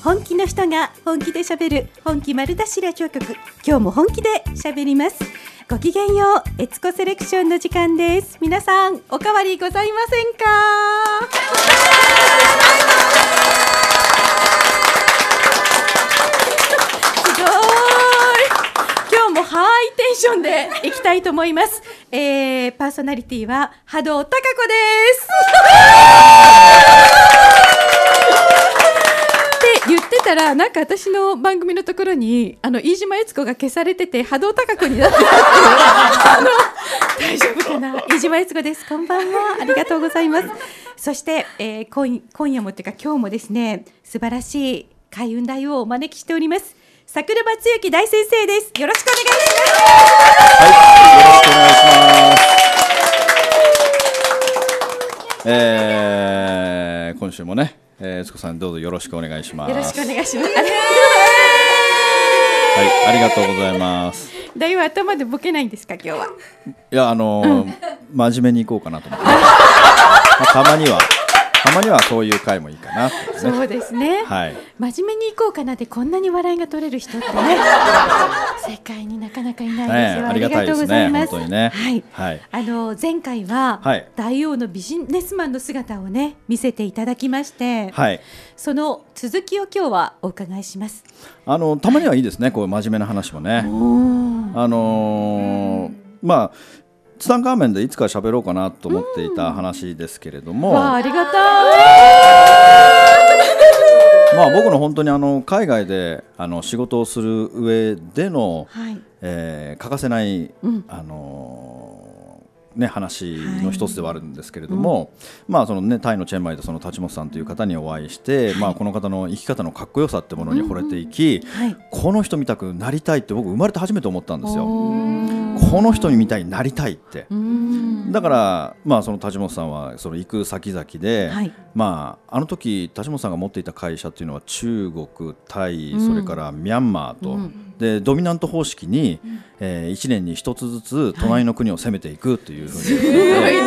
本気の人が本気で喋る本気丸出しラジオ局、今日も本気で喋ります。ごきげんよう、エツコセレクションの時間です。皆さんおかわりございませんか？すごい、今日もハイテンションでいきたいと思います。パーソナリティは波動貴子ですって言ってたら、なんか私の番組のところに飯島悦子が消されてて波動貴子になってる大丈夫かな。飯島悦子です。こんばんは、ありがとうございます。そして、今夜もというか今日もですね、素晴らしい開運大をお招きしております。桜庭つゆき大先生です。よろしくお願いします。 はい、よろしくお願いします。今週もね、悦子さんどうぞよろしくお願いします。 よろしくお願いします。 はい、ありがとうございます。 だいぶ頭でボケないんですか今日は。 いや真面目にいこうかなと思って、たまにはそういう回もいいかなって、ね、 そうですね、 はい、 真面目にいこうかなでこんなに笑いが取れる人ってね世界になかなかいないですよ、 ありがたいですね、本当にね、 はいはい、前回は、はい、大王のビジネスマンの姿をね見せていただきまして、はい、その続きを今日はお伺いします。 たまにはいいですね、こういう真面目な話もね。まあツタンカーメンでいつか喋ろうかなと思っていた話ですけれども、 ありがたい。まあ僕の本当に海外で仕事をする上での、はい、欠かせない、話の一つではあるんですけれども、まあそのね、タイのチェンマイでその立本さんという方にお会いして、はい、まあこの方の生き方のかっこよさってものに惚れていき、はい、この人みたくなりたいって僕生まれて初めて思ったんですよ。この人にみたいになりたいって。だから、まあ、その立本さんはその行く先々で、はい、まあ、あの時立本さんが持っていた会社というのは中国、タイ、それからミャンマーと、でドミナント方式に、1年に1つずつ隣の国を攻めていくというふうに言って、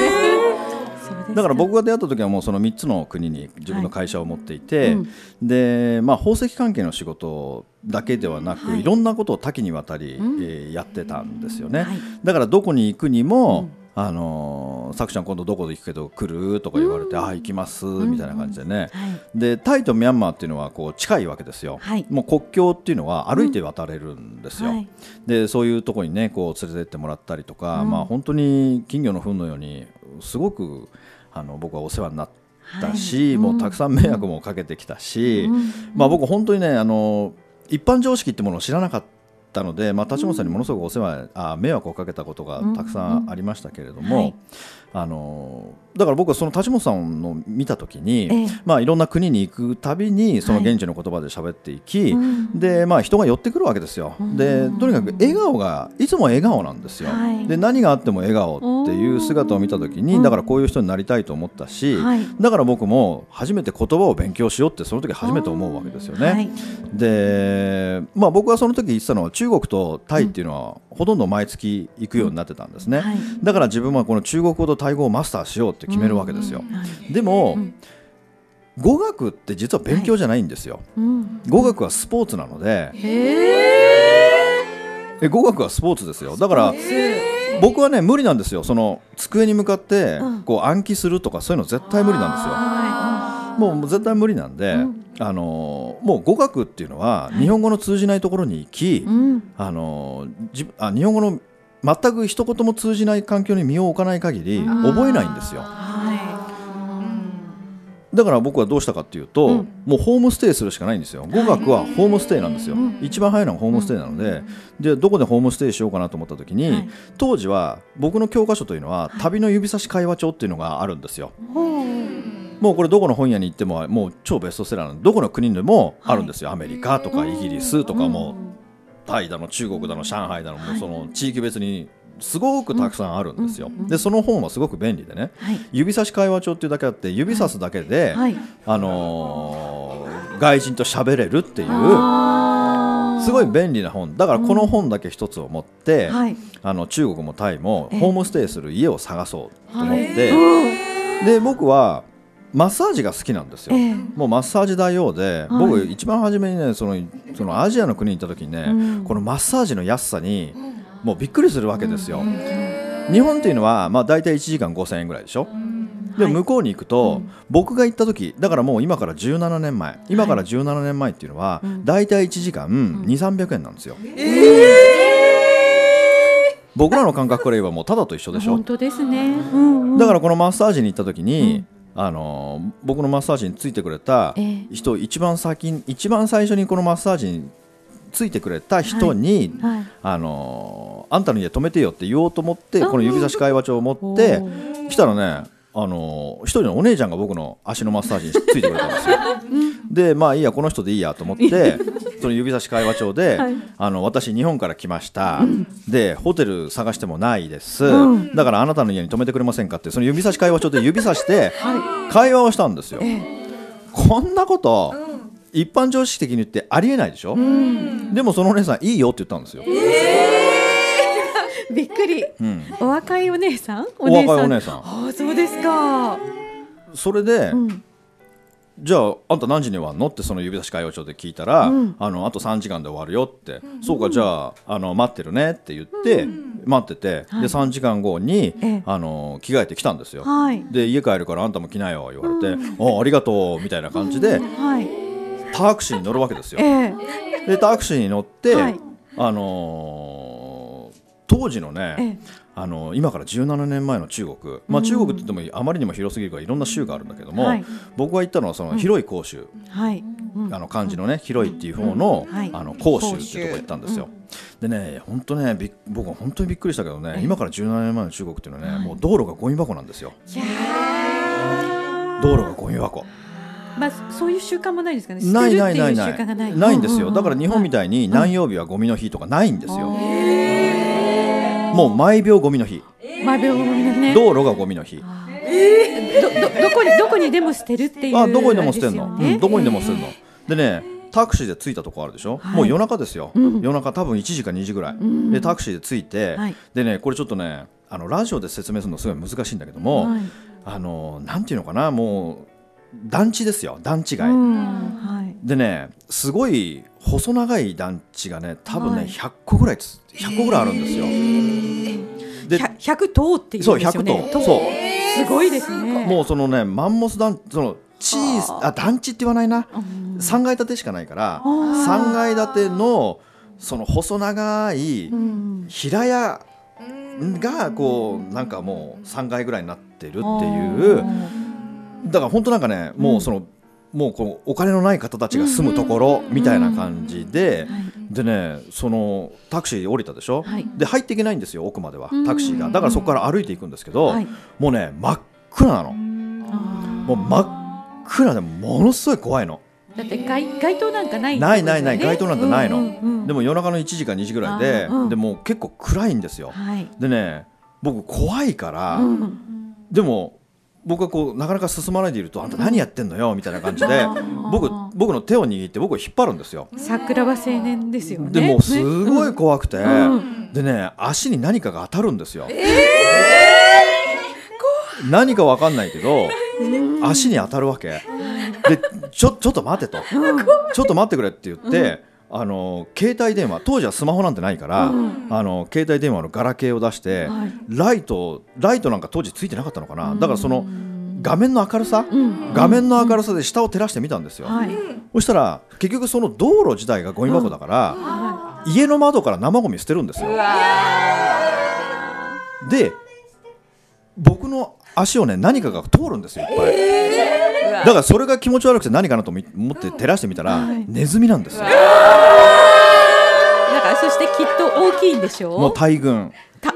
だから僕が出会った時はもうその3つの国に自分の会社を持っていて、でまあ、宝石関係の仕事だけではなく、いろんなことを多岐にわたり、やってたんですよね。だからどこに行くにも、さくちゃん今度どこで行くけど来るとか言われて、ああ行きますみたいな感じでね、でタイとミャンマーっていうのはこう近いわけですよ、もう国境っていうのは歩いて渡れるんですよ、でそういうところにねこう連れてってもらったりとか、まあ、本当に金魚の糞のようにすごく僕はお世話になったし、もうたくさん迷惑もかけてきたし、まあ、僕本当にね一般常識ってものを知らなかったので、まあ、立本さんにものすごく迷惑をかけたことがたくさんありましたけれども、だから僕はその立本さんの見たときに、まあ、いろんな国に行くたびにその現地の言葉で喋っていき、でまあ、人が寄ってくるわけですよ。でとにかく笑顔がいつも笑顔なんですよ、で何があっても笑顔っていう姿を見たときに、だからこういう人になりたいと思ったし、だから僕も初めて言葉を勉強しようってその時初めて思うわけですよね。で、まあ、僕はその時言ってたのは中国とタイっていうのはほとんど毎月行くようになってたんですね、だから自分はこの中国語とタイ語をマスターしようって決めるわけですよ、でも、語学って実は勉強じゃないんですよ、語学はスポーツなので、語学はスポーツですよ。だから僕はね無理なんですよ。その机に向かってこう暗記するとかそういうの絶対無理なんですよ、もう絶対無理なんで、もう語学っていうのは日本語の通じないところに行き、日本語の全く一言も通じない環境に身を置かない限り覚えないんですよ。だから僕はどうしたかっていうと、もうホームステイするしかないんですよ。語学はホームステイなんですよ、一番早いのはホームステイなので、でどこでホームステイしようかなと思った時に、当時は僕の教科書というのは旅の指差し会話帳っていうのがあるんですよ。もうこれどこの本屋に行ってももう超ベストセラーなんで、どこの国でもあるんですよ、アメリカとかイギリスとかも、タイだの中国だの上海だの、もうその地域別にすごくたくさんあるんですよ、でその本はすごく便利でね、指差し会話帳っていうだけあって、指差すだけで、外人と喋れるっていうすごい便利な本だから、この本だけ一つを持って、中国もタイもホームステイする家を探そうと思って、で僕はマッサージが好きなんですよ、もうマッサージ大王で、僕一番初めにねそのアジアの国に行った時にね、このマッサージの安さにもうびっくりするわけですよ、日本っていうのはまあ大体1時間5000円ぐらいでしょ、で向こうに行くと、僕が行った時だからもう今から17年前っていうのは大体1時間2、300円なんですよ、僕らの感覚から言えばもうただと一緒でしょ。 本当ですね、 だからこのマッサージに行った時に、僕のマッサージについてくれた人、一番最初にこのマッサージについてくれた人に、あんたの家泊めてよって言おうと思ってこの指差し会話帳を持って来たらね、一人のお姉ちゃんが僕の足のマッサージについてくれたんですよでまあいいやこの人でいいやと思ってその指差し会話帳で、私日本から来ました、でホテル探してもないです、だからあなたの家に泊めてくれませんかってその指差し会話帳で指差して会話をしたんですよ、こんなこと、一般常識的に言ってありえないでしょ、でもそのお姉さんいいよって言ったんですよ、 びっくり、お若いお姉さん、 お若いお姉さん、 あ、そうですか。 それで、じゃああんた何時に終わるのってその指差し会話帳で聞いたら、あと3時間で終わるよって、そうかじゃあ、待ってるねって言って、待ってて、で3時間後に、着替えてきたんですよ、で家帰るからあんたも来なよ言われて、ありがとうみたいな感じで、タクシーに乗るわけですよ、でタクシーに乗って、当時のね、今から17年前の中国、中国って言ってもあまりにも広すぎるからいろんな州があるんだけども、僕が行ったのはその広い広州、漢字のね広いっていう方の、広州っていうところ行ったんですよ、でね本当ね僕は本当にびっくりしたけどね、今から17年前の中国っていうのはね、もう道路がゴミ箱なんですよ。道路がゴミ箱、 そういう習慣もないですかね。 ないんですよ。だから日本みたいに何曜日はゴミの日とかないんですよ、もう毎秒ゴミの日、道路がゴミの日、 どこにでも捨てるっていう、 どこにでも捨てるの、どこにでも捨てるのでね、タクシーで着いたとこあるでしょ、もう夜中ですよ、夜中多分1時か2時ぐらい、でタクシーで着いて、でねこれちょっとねラジオで説明するのすごい難しいんだけども、なんていうのかな、もう団地ですよ、団地街、でねすごい細長い団地がね多分ね100個ぐらいあるんですよ、 で100棟っていうんですよね。 そうすごいですね。 もうそのねマンモス団団地って言わないな、3階建てしかないから3階建てのその細長い平屋がこうなんかもう3階ぐらいになってるっていう、だから本当なんかね、もうもうこうお金のない方たちが住むところみたいな感じで、でねそのタクシー降りたでしょ、で入っていけないんですよ奥まではタクシーが、だからそこから歩いていくんですけど、もうね真っ暗なの、もう真っ暗でものすごい怖いの。 だって街灯なんかない、 ない街灯なんてないの、でも夜中の1時か2時ぐらいで、でも結構暗いんですよ、でね僕怖いから、でも僕はこうなかなか進まないでいると、あんた何やってんのよみたいな感じで僕の手を握って僕を引っ張るんですよ。 桜庭青年ですよね。 でもうすごい怖くて、でね足に何かが当たるんですよ、何か分かんないけど足に当たるわけで、ちょっと待てと、ちょっと待ってくれって言って、携帯電話、当時はスマホなんてないから、携帯電話のガラケーを出して、ライトなんか当時ついてなかったのかな、だからその画面の明るさで下を照らしてみたんですよ、そしたら結局その道路自体がゴミ箱だから、家の窓から生ゴミ捨てるんですよ。で僕の足をね何かが通るんですよ、いっぱい。だからそれが気持ち悪くて何かなと思って照らしてみたら、ネズミなんですよ。だからそしてきっと大きいんでしょう。 もう大群、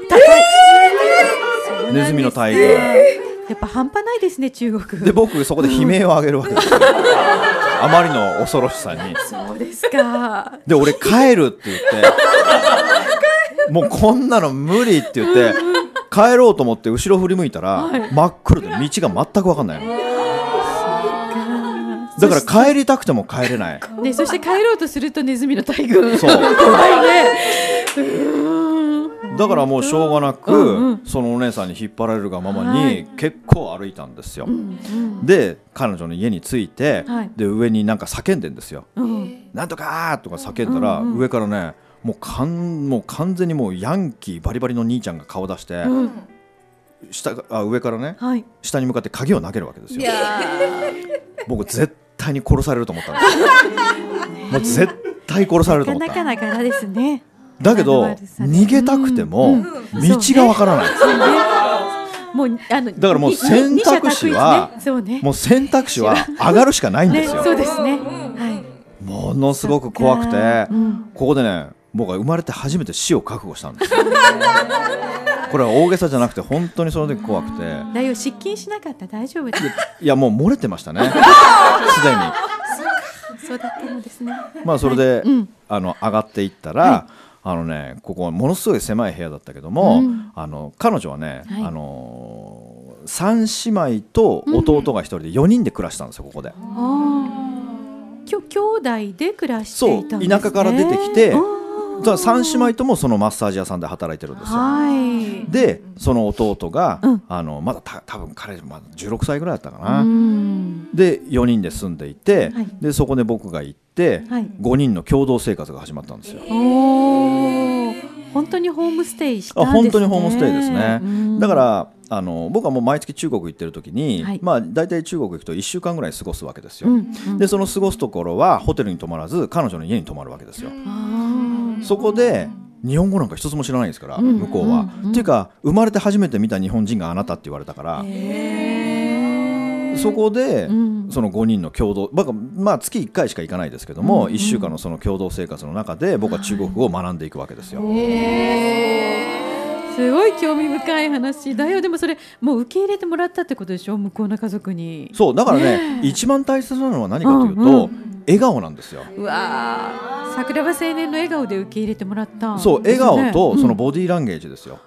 ネズミの大群、 やっぱ半端ないですね中国で。僕そこで悲鳴を上げるわけですよあまりの恐ろしさに。 そうですか。 で俺帰るって言ってもうこんなの無理って言って帰ろうと思って後ろ振り向いたら、真っ暗で道が全く分かんないの。だから帰りたくても帰れない、 ね、そして帰ろうとするとネズミの大群。 そう怖いね。 だからもうしょうがなく、そのお姉さんに引っ張られるがままに結構歩いたんですよ。で彼女の家に着いて、で上になんか叫んでんですよ。なんとかとか叫んだら、上からねもう完全にもうヤンキーバリバリの兄ちゃんが顔出して、上からね、下に向かって鍵を投げるわけですよ。僕絶対に殺されると思ったんですよ。もう絶対殺されると思った。 なかなかですね。 だけど逃げたくても道がわからない。だからもう選択肢は上がるしかないんですよ。 そうですね。 ものすごく怖くて、ここでね僕は生まれて初めて死を覚悟したんですよ。これは大げさじゃなくて本当にその時怖くて。 だよ失禁しなかった？大丈夫です。 いやもう漏れてましたね。すでに。 そうだったのですね。 まあそれで、上がっていったら、ここはものすごい狭い部屋だったけども、彼女はね、3姉妹と弟が1人で4人で暮らしたんですよ、ここで。 兄弟で暮らしていたんですね。 そう田舎から出てきて、3姉妹ともそのマッサージ屋さんで働いてるんですよ。でその弟が、まだ多分彼まだ16歳ぐらいだったかな。で4人で住んでいて、でそこで僕が行って、5人の共同生活が始まったんですよ。 本当にホームステイしたんですね。 本当にホームステイですね。だから僕はもう毎月中国行ってる時に、だいたい中国行くと1週間ぐらい過ごすわけですよ。でその過ごすところはホテルに泊まらず彼女の家に泊まるわけですよ。そこで日本語なんか一つも知らないですから、向こうは。っていうか生まれて初めて見た日本人があなたって言われたから、そこで、その5人の共同、月1回しか行かないですけども、1週間のその共同生活の中で僕は中国語を学んでいくわけですよ。 すごい興味深い話だよ。でもそれもう受け入れてもらったってことでしょ、向こうの家族に。 そうだからね、一番大切なのは何かというと、笑顔なんですよ。 うわ桜庭青年の笑顔で受け入れてもらったんですね。 そう笑顔とそのボディーランゲージですよ。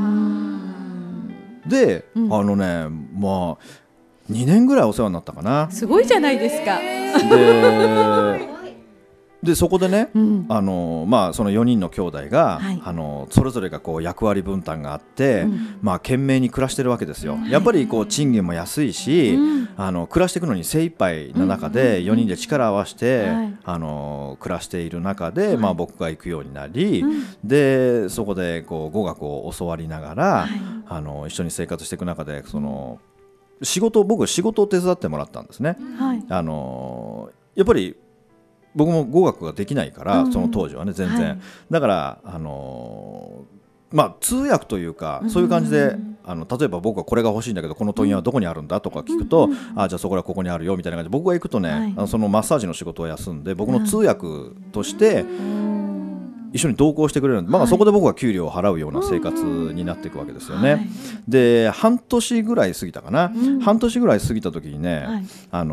で2年ぐらいお世話になったかな。 すごいじゃないですか。 でそこでね、その4人の兄弟が、それぞれがこう役割分担があって、懸命に暮らしてるわけですよ。やっぱりこう賃金も安いし、暮らしていくのに精一杯な中で4人で力を合わせて、暮らしている中で、僕が行くようになり、でそこでこう語学を教わりながら、一緒に生活していく中で僕仕事を手伝ってもらったんですね。やっぱり僕も語学ができないから、その当時はね全然、だから通訳というか、そういう感じで例えば僕はこれが欲しいんだけどこの問屋はどこにあるんだとか聞くと、じゃあそこはここにあるよみたいな感じで、僕が行くとね、そのマッサージの仕事を休んで僕の通訳として一緒に同行してくれるんで、そこで僕は給料を払うような生活になっていくわけですよね。で半年ぐらい過ぎたかな、半年ぐらい過ぎた時にね、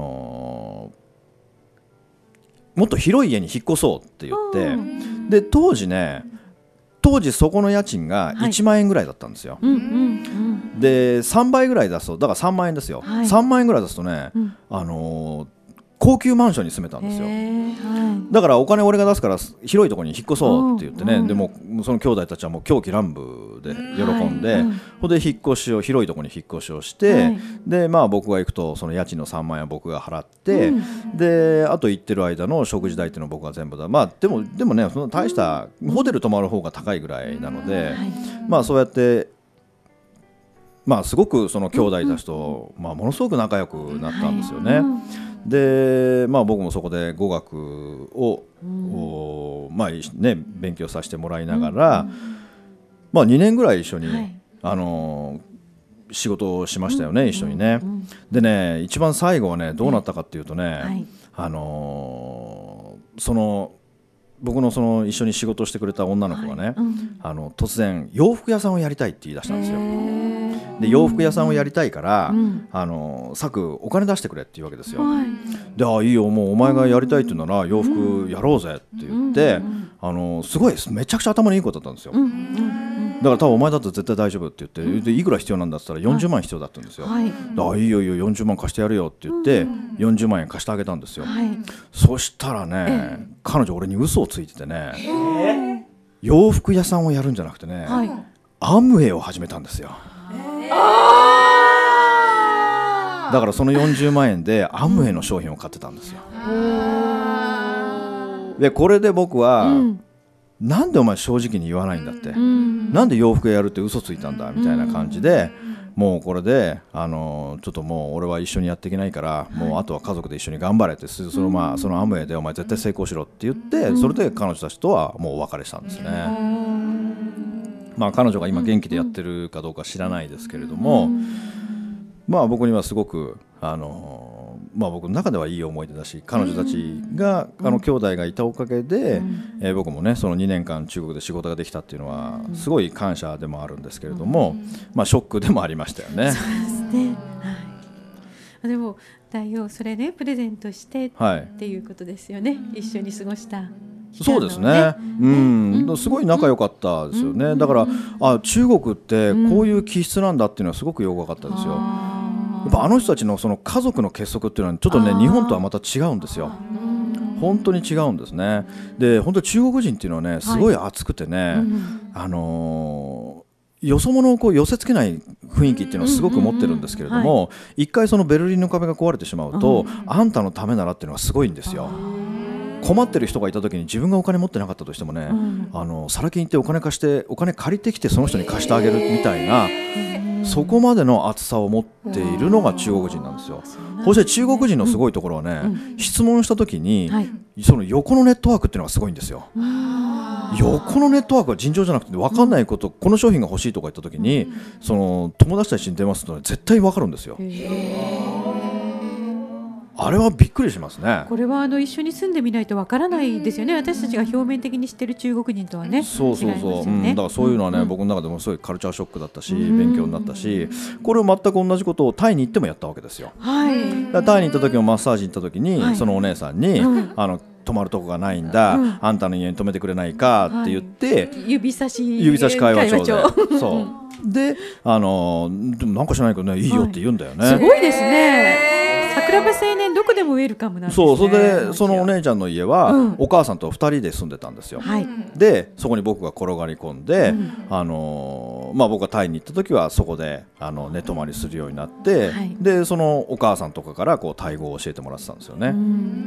もっと広い家に引っ越そうって言って、で当時そこの家賃が1万円ぐらいだったんですよ。で3倍ぐらい出すとだから3万円ですよ。3万円ぐらい出すとね、高級マンションに住めたんですよ。だからお金俺が出すから広いところに引っ越そうって言ってね、でもその兄弟たちはもう狂喜乱舞で喜んで、それで広いところに引っ越しをして、で僕が行くとその家賃の3万円は僕が払って、であと行ってる間の食事代っていうのは僕が全部だ。でもね、その大したホテル泊まる方が高いぐらいなので、そうやってすごくその兄弟たちとものすごく仲良くなったんですよね。で僕もそこで語学を、勉強させてもらいながら、2年ぐらい一緒に、仕事をしましたよね、一緒にね。でね、一番最後はねどうなったかっていうとね、僕のその一緒に仕事をしてくれた女の子がね、突然洋服屋さんをやりたいって言い出したんですよ。で洋服屋さんをやりたいから、サクお金出してくれって言うわけですよ。でいいよ、もうお前がやりたいって言うなら洋服やろうぜって言って、すごいめちゃくちゃ頭のいい子だったんですよ。だから多分お前だと絶対大丈夫って言って、でいくら必要なんだって言ったら40万必要だったんですよ。いいよいいよ40万貸してやるよって言って、40万円貸してあげたんですよ。そしたらね、彼女俺に嘘をついててね、 洋服屋さんをやるんじゃなくてね、 はい、 アムウェイを始めたんですよ。だからその40万円でアムウェイの商品を買ってたんですよ。でこれで僕は、なんでお前正直に言わないんだって、なんで洋服屋やるって嘘ついたんだみたいな感じで、もうこれでちょっともう俺は一緒にやっていけないから、もうあとは家族で一緒に頑張れって、そのアムウェイでお前絶対成功しろって言って、それで彼女たちとはもうお別れしたんですね。まあ彼女が今元気でやってるかどうか知らないですけれども、まあ僕にはすごくまあ、僕の中ではいい思い出だし、彼女たちが兄弟がいたおかげで、僕もねその2年間中国で仕事ができたっていうのはすごい感謝でもあるんですけれども、まあ、ショックでもありましたよね。 そうですね、はい、でも代表それねプレゼントしてっていうことですよね、一緒に過ごしたそうですね、すごい仲良かったですよね。だから中国ってこういう気質なんだっていうのはすごくよく分かったですよ。やっぱの人たちのその家族の結束っていうのはちょっとね日本とはまた違うんですよ。本当に違うんですね。で本当に中国人っていうのはねすごい熱くてね、よそ者をこう寄せ付けない雰囲気っていうのをすごく持ってるんですけれども、一回そのベルリンの壁が壊れてしまうと、あんたのためならっていうのがすごいんですよ。困ってる人がいた時に自分がお金持ってなかったとしてもね、サラ金行ってお金貸して、お金借りてきてその人に貸してあげるみたいな、そこまでの厚さを持っているのが中国人なんですよ。そして中国人のすごいところはね、質問した時に、その横のネットワークっていうのがすごいんですよ。横のネットワークは尋常じゃなくて分かんないこと、この商品が欲しいとか言った時に、その友達たちに電話すると絶対分かるんですよ。あれはびっくりしますね。 これは一緒に住んでみないとわからないですよね。私たちが表面的に知ってる中国人とはね。 そう、だからそういうのはね、僕の中でもすごいカルチャーショックだったし、勉強になったし、これを全く同じことをタイに行ってもやったわけですよ。タイに行った時もマッサージに行った時に、そのお姉さんに、泊まるとこがないんだ、あんたの家に泊めてくれないかって言って、 指差し会話帳でそうでなんか知らないけどね、いいよって言うんだよね。 すごいですね。桜庭青年どこでもウェルカムなんですね。 それでそのお姉ちゃんの家は、お母さんと2人で住んでたんですよ。でそこに僕が転がり込んで、僕がタイに行った時はそこで寝泊まりするようになって、でそのお母さんとかからこうタイ語を教えてもらってたんですよね。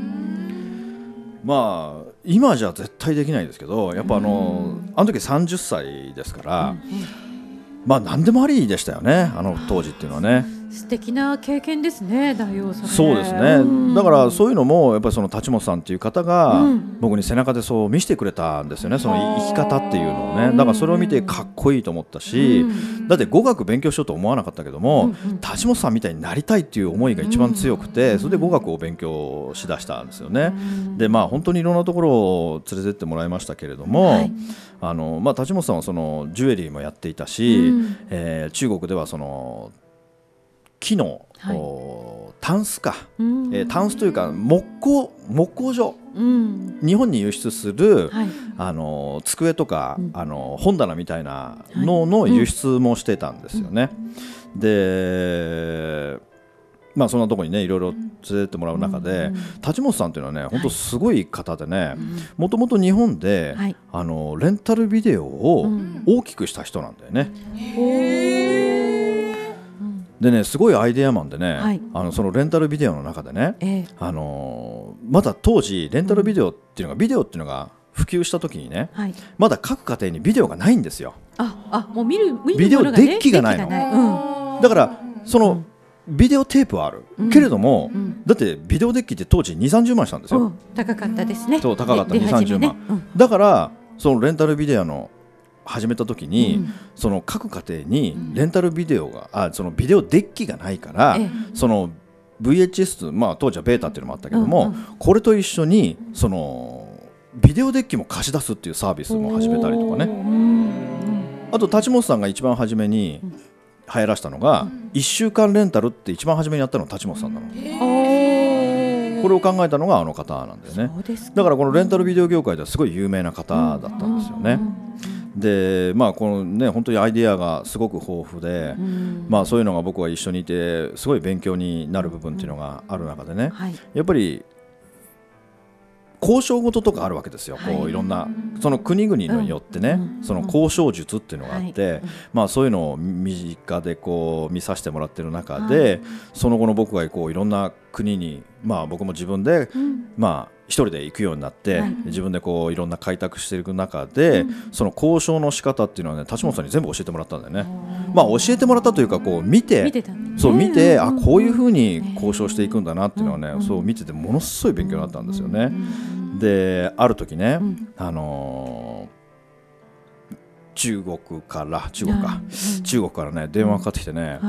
まあ今じゃ絶対できないですけど、やっぱあの時30歳ですから、まあ何でもありでしたよね、当時っていうのはね。 素敵な経験ですね、大王さん。 そうですね、だからそういうのもやっぱりその立本さんっていう方が僕に背中でそう見せてくれたんですよね、その生き方っていうのをね。だからそれを見てかっこいいと思ったし、だって語学勉強しようと思わなかったけども、立本さんみたいになりたいっていう思いが一番強くて、それで語学を勉強しだしたんですよね。でまあ本当にいろんなところを連れてってもらいましたけれども、立本さんはそのジュエリーもやっていたし、中国ではその木の、タンスか、タンスというか木工所、日本に輸出する、机とか、本棚みたいなのの輸出もしてたんですよね。でまあそんなところにねいろいろ連れてってもらう中で、立本さんというのはね本当すごい方でね、もともと日本で、レンタルビデオを大きくした人なんだよね。でね、すごいアイデアマンでね、そのレンタルビデオの中でね、まだ当時レンタルビデオっていうのが普及した時にね、まだ各家庭にビデオがないんですよ。 もう見るビデオデッキがないの。だからそのビデオテープはある、けれども、だってビデオデッキって当時 2,30 万したんですよ。 高かったですね。 そう高かった、2,30 万、だからそのレンタルビデオの始めた時に、その各家庭にレンタルビデオが、そのビデオデッキがないから、その VHS、当時はベータっていうのもあったけども、これと一緒にそのビデオデッキも貸し出すっていうサービスも始めたりとかね。あと立本さんが一番初めに流行らしたのが、1週間レンタルって一番初めにやったのは立本さんなの。これを考えたのがあの方なんだよね。だからこのレンタルビデオ業界ではすごい有名な方だったんですよね。でこのね本当にアイデアがすごく豊富で、そういうのが僕は一緒にいてすごい勉強になる部分っていうのがある中でね、やっぱりこ交渉事とかあるわけですよ。こういろんなその国々によってね、その交渉術っていうのがあって、そういうのを身近でこう見させてもらってる中で、その後の僕がこういろんな国に、僕も自分で、一人で行くようになって、自分でこういろんな開拓していく中で、その交渉の仕方っていうのはね、立本さんに全部教えてもらったんだよね。教えてもらったというか、こう見てこういうふうに交渉していくんだなっていうのはね、そう見ててものすごい勉強になったんですよね。である時ね、中国からね電話かかってきてね、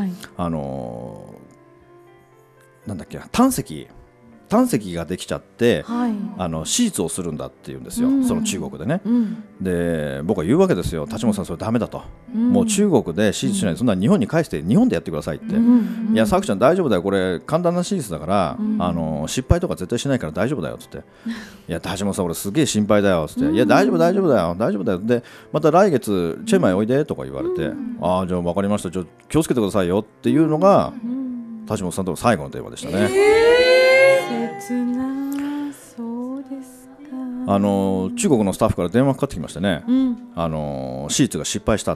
なんだっけ、胆石ができちゃって、手術をするんだって言うんですよ、その中国でね。で僕は言うわけですよ、立本さんそれダメだと、もう中国で手術しないで、そんな日本に返して日本でやってくださいって、いやさくちゃん大丈夫だよ、これ簡単な手術だから、失敗とか絶対しないから大丈夫だよって言って、いや立本さん俺すげえ心配だよって言って、いや大丈夫だよで、また来月チェンマイおいでとか言われて、じゃあ分かりました、気をつけてくださいよっていうのが立本さんとの最後の電話でしたね。 そうですか。 中国のスタッフから電話かかってきましてね、手術が失敗したって、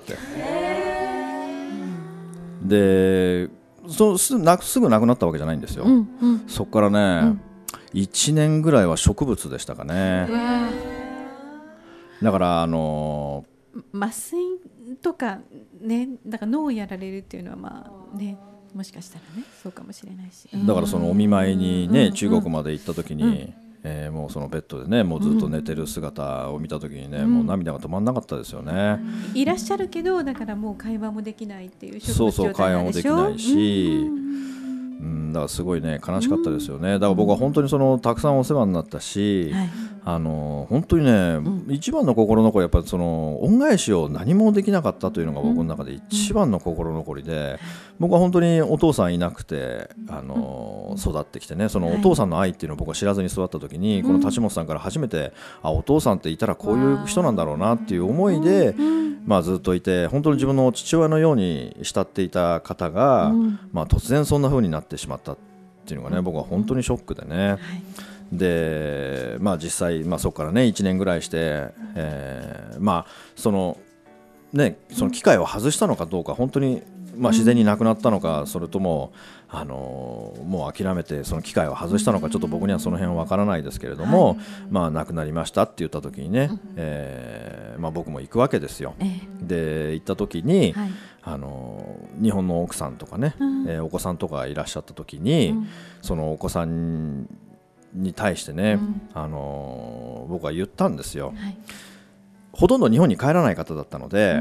ですぐ亡くなったわけじゃないんですよ。そこからね、1年ぐらいは植物でしたかね。だから麻酔とかね、だから脳をやられるっていうのはもしかしたらね、そうかもしれないし、 だからそのお見舞いにね、中国まで行った時に、もうそのベッドでね、もうずっと寝てる姿を見た時にね、もう涙が止まんなかったですよね。 いらっしゃるけど、だからもう会話もできないっていう会話もできないし、だからすごいね悲しかったですよね。だから僕は本当にたくさんお世話になったし、本当にね、一番の心残りはやっぱりその恩返しを何もできなかったというのが僕の中で一番の心残りで、僕は本当にお父さんいなくて育ってきてね、そのお父さんの愛っていうのを僕は知らずに育った時に、この立本さんから初めてお父さんっていたらこういう人なんだろうなっていう思いで、ずっといて、本当に自分の父親のように慕っていた方が、突然そんな風になってしまったっていうのがね、僕は本当にショックでね。で実際、そこからね1年ぐらいして、その機械を外したのかどうか、本当に自然に亡くなったのか、それとももう諦めてその機械を外したのか、ちょっと僕にはその辺は分からないですけれども、亡くなりましたって言った時にね、僕も行くわけですよ。で行った時に、日本の奥さんとかね、お子さんとかいらっしゃった時に、そのお子さんに対してね、僕は言ったんですよ。ほとんど日本に帰らない方だったので、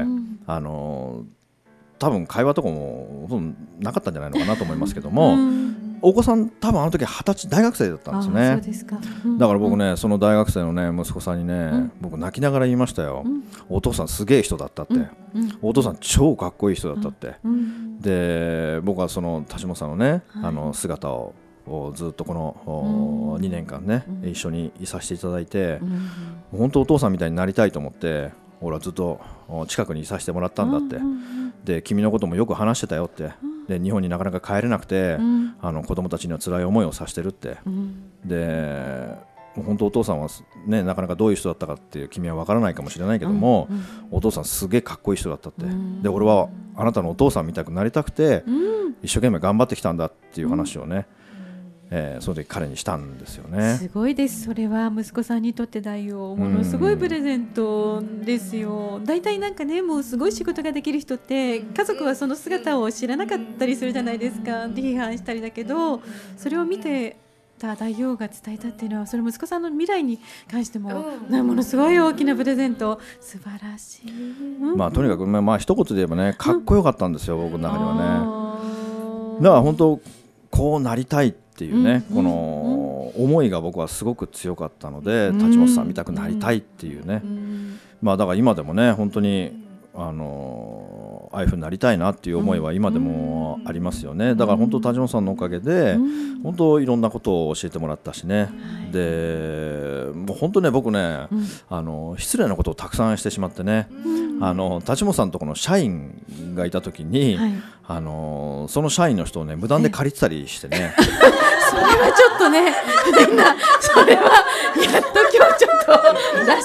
多分会話とかもなかったんじゃないのかなと思いますけども、お子さん多分あの時20歳大学生だったんですよね。 そうですか。 だから僕ね、その大学生のね息子さんにね、僕泣きながら言いましたよ。お父さんすげえ人だったって、お父さん超かっこいい人だったって。で僕はその立本さんのね、姿をずっとこの2年間ね、一緒にいさせていただいて、本当お父さんみたいになりたいと思って、俺はずっと近くにいさせてもらったんだって。で君のこともよく話してたよって。で日本になかなか帰れなくて、子供たちには辛い思いをさせてるって。で本当お父さんは、ね、なかなかどういう人だったかって君は分からないかもしれないけども、お父さんすげえかっこいい人だったって。で俺はあなたのお父さんみたくなりたくて、一生懸命頑張ってきたんだっていう話をね、その時彼にしたんですよね。 すごいです。それは息子さんにとって代用ものすごいプレゼントですよ。だいたいなんかね、もうすごい仕事ができる人って家族はその姿を知らなかったりするじゃないですか。批判したりだけど、それを見てた代用が伝えたっていうのは、それ息子さんの未来に関しても、ものすごい大きなプレゼント、素晴らしい。 とにかく一言で言えばね、かっこよかったんですよ、僕の中にはね。だから本当こうなりたいっていうね、この思いが僕はすごく強かったので、立本さん見たくなりたいっていうね、だから今でもね本当にああいうふうになりたいなっていう思いは今でもありますよね。だから本当立本さんのおかげで本当いろんなことを教えてもらったしね、でもう本当ね僕ね、失礼なことをたくさんしてしまってね、立本さんのところの社員がいた時に、その社員の人をね無断で借りてたりしてねそれはちょっとね、みんなそれはやっと今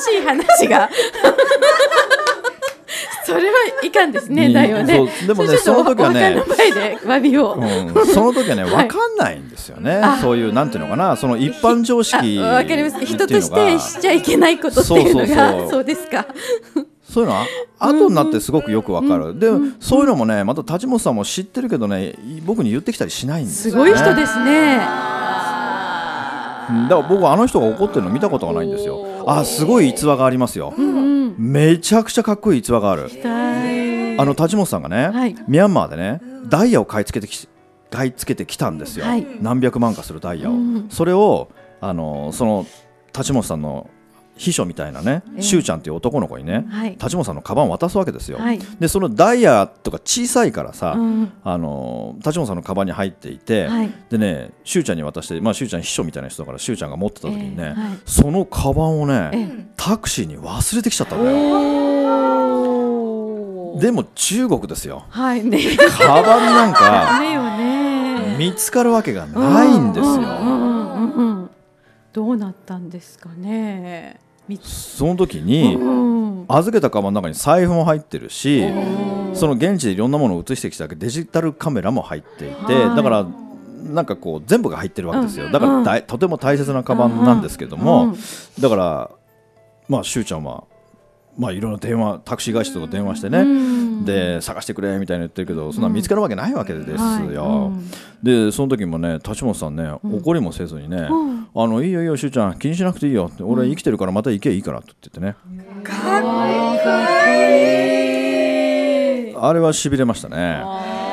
しい話がそれはいかんですね。だよね。 でもね、その時はね、 お墓の前で詫びを、 その時はね、分かんないんですよね。そういうなんていうのかな、その一般常識わかります。人としてしちゃいけないことっていうのが、そうですか。 そういうのは後になってすごだかる。で、そういうのもね、また立本さんも知ってるけどね、僕に言ってきたりしないんですよね。 すごい人ですね。だから僕はあの人が怒ってるの見たことがないんですよ。すごい逸話がありますよ。めちゃくちゃかっこいい逸話がある。立本さんがね、ミャンマーでね、ダイヤを買い付けてきたんですよ。何百万かするダイヤを。それをその立本さんの秘書みたいなね、しゅうちゃんっていう男の子にね、立本さんのカバンを渡すわけですよ。でそのダイヤとか小さいからさ、立本さんのカバンに入っていて、でね、しゅうちゃんに渡して、しゅうちゃん秘書みたいな人だから、しゅうちゃんが持ってた時にね、そのカバンをね、タクシーに忘れてきちゃったんだよ。でも中国ですよ。カバンなんか見つかるわけがないんですよ。 どうなったんですかね。 その時に預けたカバンの中に財布も入ってるし、その現地でいろんなものを映してきたデジタルカメラも入っていて、だからなんかこう全部が入ってるわけですよ。だからとても大切なカバンなんですけども、だからしゅうちゃんはいろんなタクシー会社とか電話してね、で探してくれみたいに言ってるけど、そんな見つかるわけないわけですよ。でその時もね、立本さんね、怒りもせずにね、いいよいいよしゅうちゃん、気にしなくていいよって、俺生きてるからまた行けばいいからって言ってね。かっこいい。あれはしびれましたね。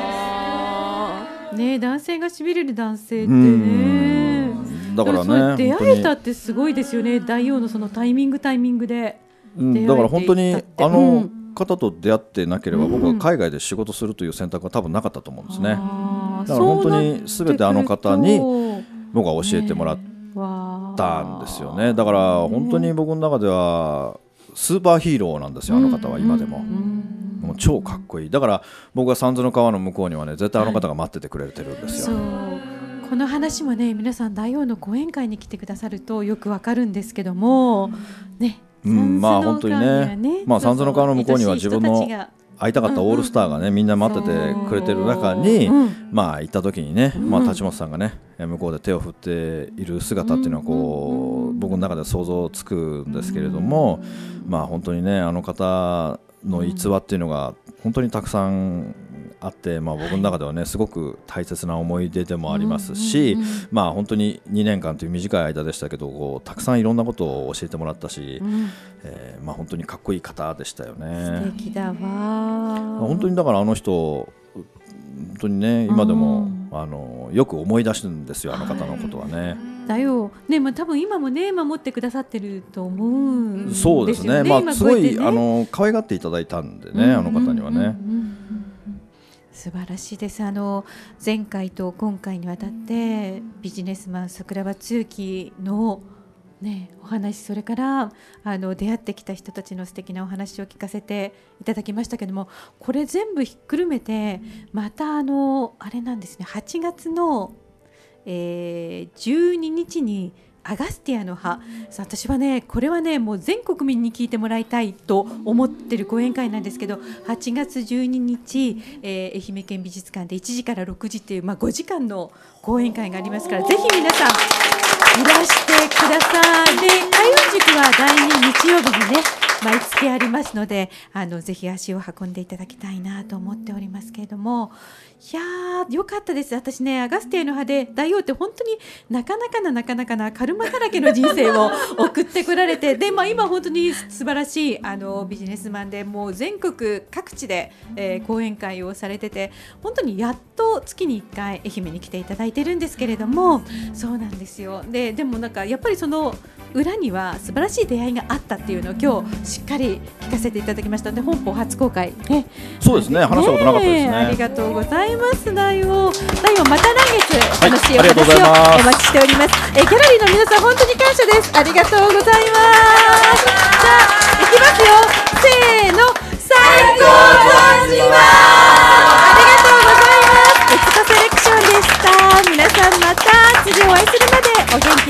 男性がしびれる男性ってね、 だからね、 出会えたってすごいですよね。大王のそのタイミングで。 だから本当にあの方と出会ってなければ、僕は海外で仕事するという選択は多分なかったと思うんですね。だから本当に全てあの方に僕は教えてもらったんですよね。だから本当に僕の中ではスーパーヒーローなんですよ、あの方は今でも。もう超かっこいい。だから僕が三途の川の向こうにはね、絶対あの方が待っててくれてるんですよ。 この話もね、皆さん大王の講演会に来てくださるとよくわかるんですけどもね、 本当にね、三途の川の向こうには自分の会いたかったオールスターがね、みんな待っててくれてる中に、行った時にね、立本さんがね、向こうで手を振っている姿っていうのはこう僕の中では想像つくんですけれども、本当にね、あの方の逸話っていうのが本当にたくさんあって、僕の中ではね、すごく大切な思い出でもありますし、本当に2年間という短い間でしたけど、たくさんいろんなことを教えてもらったし、本当にかっこいい方でしたよね。 素敵だわ。 本当にだからあの人本当にね、今でもよく思い出すんですよ、あの方のことはね。 だよね、多分今もね守ってくださってると思うんですよね。 そうですね、すごい可愛がっていただいたんでね、あの方にはね。 素晴らしいです。前回と今回にわたってビジネスマン桜庭つゆきの、お話、それから出会ってきた人たちの素敵なお話を聞かせていただきましたけども、これ全部ひっくるめてまたあれなんですね、8月の、12日にアガスティアの葉、私はねこれはねもう全国民に聞いてもらいたいと思ってる講演会なんですけど、8月12日、愛媛県美術館で1時から6時っていう、5時間の講演会がありますから、ぜひ皆さんいらしてください。で、開運塾は第2日曜日にね毎月ありますので、ぜひ足を運んでいただきたいなと思っておりますけれども、いやーよかったです。私ね、アガスティアの葉で大王って本当になかなかなカルマだらけの人生を送ってこられて、で、今本当に素晴らしいビジネスマンで、もう全国各地で、講演会をされてて、本当にやっと月に1回愛媛に来ていただいてるんですけれども、そうなんですよ。でもなんかやっぱりその裏には素晴らしい出会いがあったっていうのを今日しっかり聞かせていただきましたので、本邦初公開、 そうですね、話したことなかったですね。 ありがとうございます。大王また来月楽しいお話をお待ちしております。ギャラリーの皆さん本当に感謝です。ありがとうございます。じゃあいきますよ、せーの、最高存じます。ありがとうございます。エクスポセレクションでした。皆さんまた次お会いするまでお元気